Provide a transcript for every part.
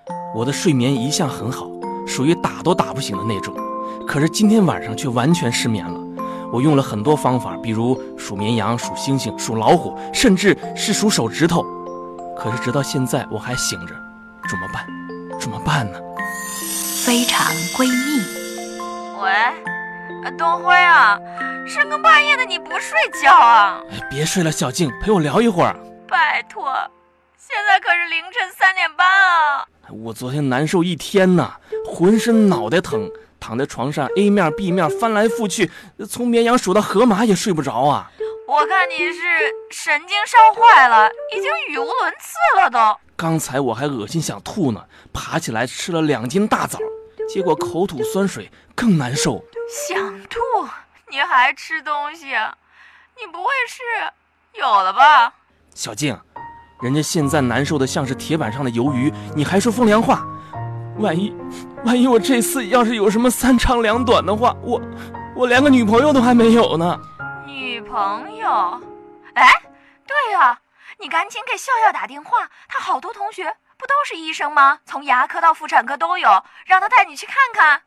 我的睡眠一向很好，属于打都打不醒的那种，可是今天晚上却完全失眠了。我用了很多方法，比如数绵羊、数星星、数老虎，甚至是数手指头，可是直到现在我还醒着，怎么办呢？ 非常闺蜜。 喂，东辉啊，深更半夜的你不睡觉啊？ 别睡了，小静，陪我聊一会儿。 拜托，现在可是凌晨3点半啊！ 我昨天难受一天呢，浑身脑袋疼，躺在床上 A 面 B 面翻来覆去，从绵羊数到河马也睡不着啊。 我看你是神经烧坏了，已经语无伦次了都。 刚才我还恶心想吐呢，爬起来吃了2斤大枣，结果口吐酸水，更难受。 想吐？你还吃东西啊？你不会是有了吧？ 小静，人家现在难受的像是铁板上的鱿鱼，你还说风凉话？万一我这次要是有什么3长2短的话，我连个女朋友都还没有呢。 女朋友？哎，对呀，你赶紧给笑笑打电话，他好多同学不都是医生吗？从牙科到妇产科都有，让他带你去看看。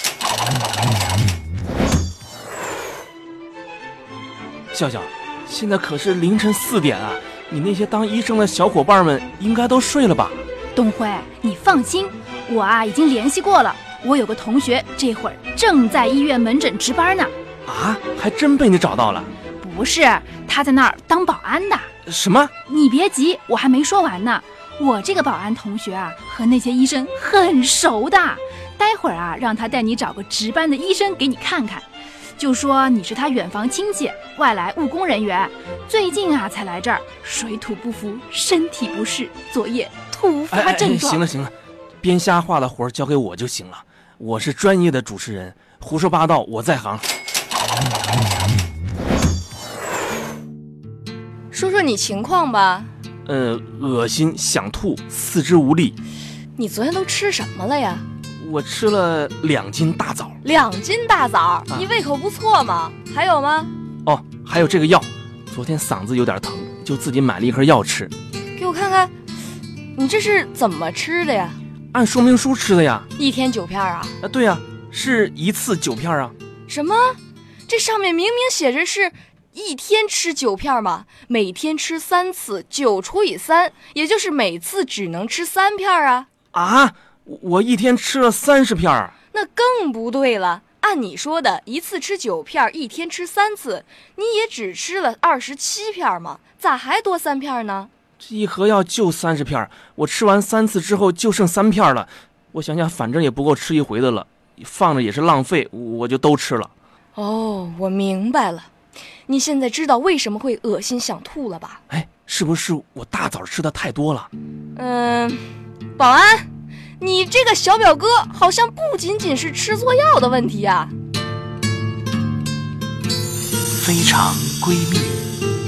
笑笑，现在可是凌晨4点啊，你那些当医生的小伙伴们应该都睡了吧？ 东辉，你放心，我已经联系过了，我有个同学这会儿正在医院门诊值班呢。 啊，还真被你找到了？ 不是，他在那儿当保安的。 什么？ 你别急，我还没说完呢。我这个保安同学和那些医生很熟的，待会儿让他带你找个值班的医生给你看看，就说你是他远房亲戚，外来务工人员，最近才来这儿，水土不服，身体不适，作业突发症状。 行了，编瞎话的活交给我就行了，我是专业的主持人，胡说八道我在行。 说说你情况吧。 恶心想吐，四肢无力。 你昨天都吃什么了呀？ 我吃了2斤大枣。 2斤大枣？你胃口不错嘛。还有吗？ 哦，还有这个药，昨天嗓子有点疼，就自己买了一盒药吃。 给我看看，你这是怎么吃的呀？ 按说明书吃的呀。 1天9片啊？ 对呀，是一次9片啊。 什么？这上面明明写着是1天吃9片嘛，每天吃3次，9除以3，也就是每次只能吃3片啊。 啊，我1天吃了30片。 那更不对了，按你说的一次吃9片，1天吃3次，你也只吃了27片嘛，咋还多3片呢？ 这一盒药就30片，我吃完3次之后就剩3片了。我想想，反正也不够吃一回的了，放着也是浪费，我就都吃了。 哦，我明白了，你现在知道为什么会恶心想吐了吧？ 哎，是不是我大枣吃的太多了？ 保安，你这个小表哥好像不仅仅是吃错药的问题啊。 非常闺蜜。